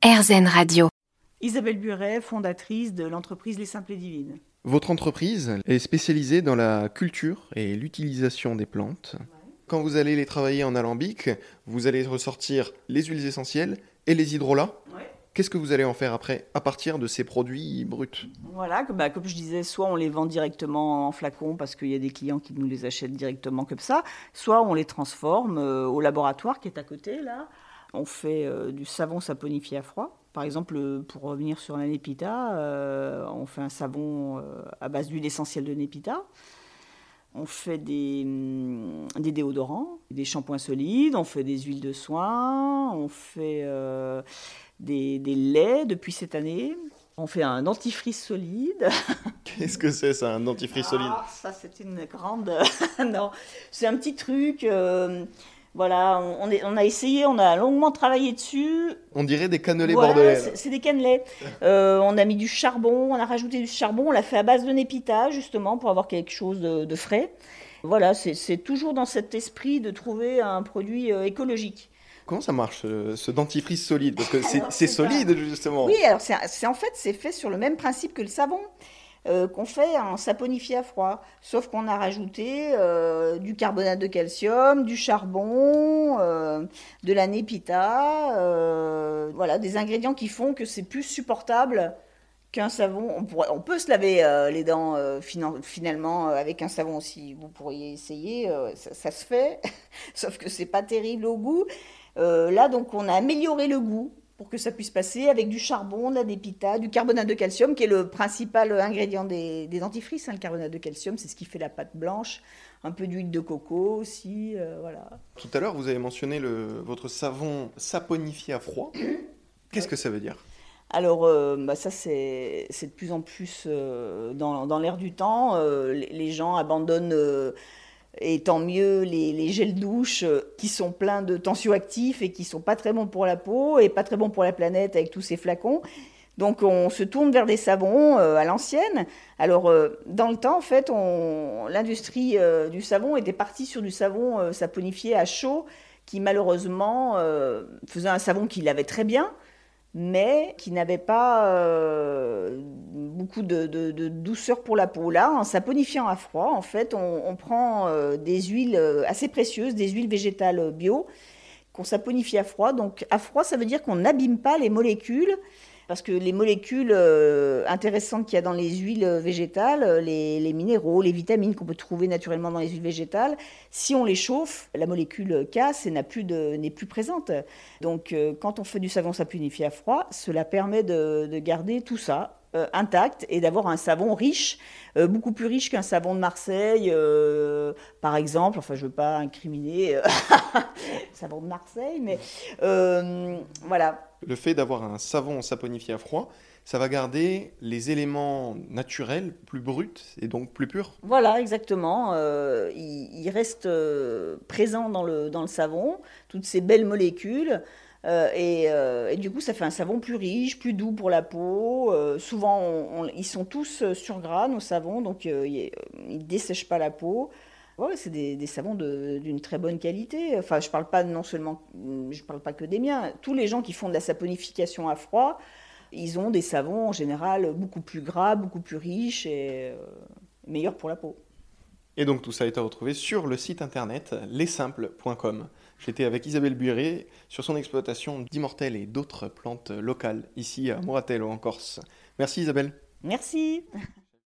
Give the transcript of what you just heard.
RZN Radio. Isabelle Buret, fondatrice de l'entreprise Les Simples et Divines. Votre entreprise est spécialisée dans la culture et l'utilisation des plantes. Quand vous allez les travailler en alambic, vous allez ressortir les huiles essentielles et les hydrolats. Qu'est-ce que vous allez en faire après, à partir de ces produits bruts ? Voilà, comme je disais, soit on les vend directement en flacon parce qu'il y a des clients qui nous les achètent directement comme ça, soit on les transforme au laboratoire qui est à côté là. On fait du savon saponifié à froid. Par exemple, pour revenir sur la népita, on fait un savon à base d'huile essentielle de népita. On fait des déodorants, des shampoings solides, on fait des huiles de soin, on fait des laits depuis cette année. On fait un dentifrice solide. Qu'est-ce que c'est ça, un dentifrice solide ? Ça, c'est une grande... non, c'est un petit truc... Voilà, on a essayé, on a longuement travaillé dessus. On dirait des cannelés bordelais. C'est des cannelés. On a mis du charbon, on a rajouté du charbon, on l'a fait à base de népita, justement, pour avoir quelque chose de frais. Voilà, c'est toujours dans cet esprit de trouver un produit écologique. Comment ça marche, ce dentifrice solide ? Parce que c'est solide, justement. Oui, alors c'est fait sur le même principe que le savon. Qu'on fait en saponifié à froid, sauf qu'on a rajouté du carbonate de calcium, du charbon, de la népita, voilà, des ingrédients qui font que c'est plus supportable qu'un savon. On peut se laver les dents finalement avec un savon aussi, vous pourriez essayer, ça se fait, sauf que c'est pas terrible au goût. Là, donc, on a amélioré le goût pour que ça puisse passer avec du charbon, de la népita, du carbonate de calcium, qui est le principal ingrédient des dentifrices. Le carbonate de calcium, c'est ce qui fait la pâte blanche. Un peu d'huile de coco aussi, voilà. Tout à l'heure, vous avez mentionné votre savon saponifié à froid. Qu'est-ce que ça veut dire ? Alors, ça, c'est de plus en plus dans l'air du temps. Les gens abandonnent... Et tant mieux les gels douche qui sont pleins de tensioactifs et qui sont pas très bons pour la peau et pas très bons pour la planète avec tous ces flacons. Donc on se tourne vers des savons à l'ancienne. Alors dans le temps, en fait, l'industrie du savon était partie sur du savon saponifié à chaud qui malheureusement faisait un savon qui lavait très bien, mais qui n'avait pas beaucoup de douceur pour la peau. Là, en saponifiant à froid, en fait, on prend des huiles assez précieuses, des huiles végétales bio, qu'on saponifie à froid. Donc, à froid, ça veut dire qu'on n'abîme pas les molécules, parce que les molécules intéressantes qu'il y a dans les huiles végétales, les minéraux, les vitamines qu'on peut trouver naturellement dans les huiles végétales, si on les chauffe, la molécule casse et n'est plus présente. Donc quand on fait du savon saponifié à froid, cela permet de garder tout ça intact et d'avoir un savon riche, beaucoup plus riche qu'un savon de Marseille, par exemple. Enfin, je ne veux pas incriminer le savon de Marseille, mais voilà. Le fait d'avoir un savon saponifié à froid, ça va garder les éléments naturels plus bruts et donc plus purs. Voilà, exactement. Il reste présent dans le savon, toutes ces belles molécules. Et du coup, ça fait un savon plus riche, plus doux pour la peau. Souvent, ils sont tous sur gras, nos savons, donc ils ne dessèchent pas la peau. Ouais, c'est des savons d'une très bonne qualité. Enfin, je parle pas que des miens. Tous les gens qui font de la saponification à froid, ils ont des savons en général beaucoup plus gras, beaucoup plus riches et meilleurs pour la peau. Et donc tout ça a été retrouvé sur le site internet lessimples.com. J'étais avec Isabelle Buret sur son exploitation d'immortelles et d'autres plantes locales ici à Moratello en Corse. Merci Isabelle. Merci.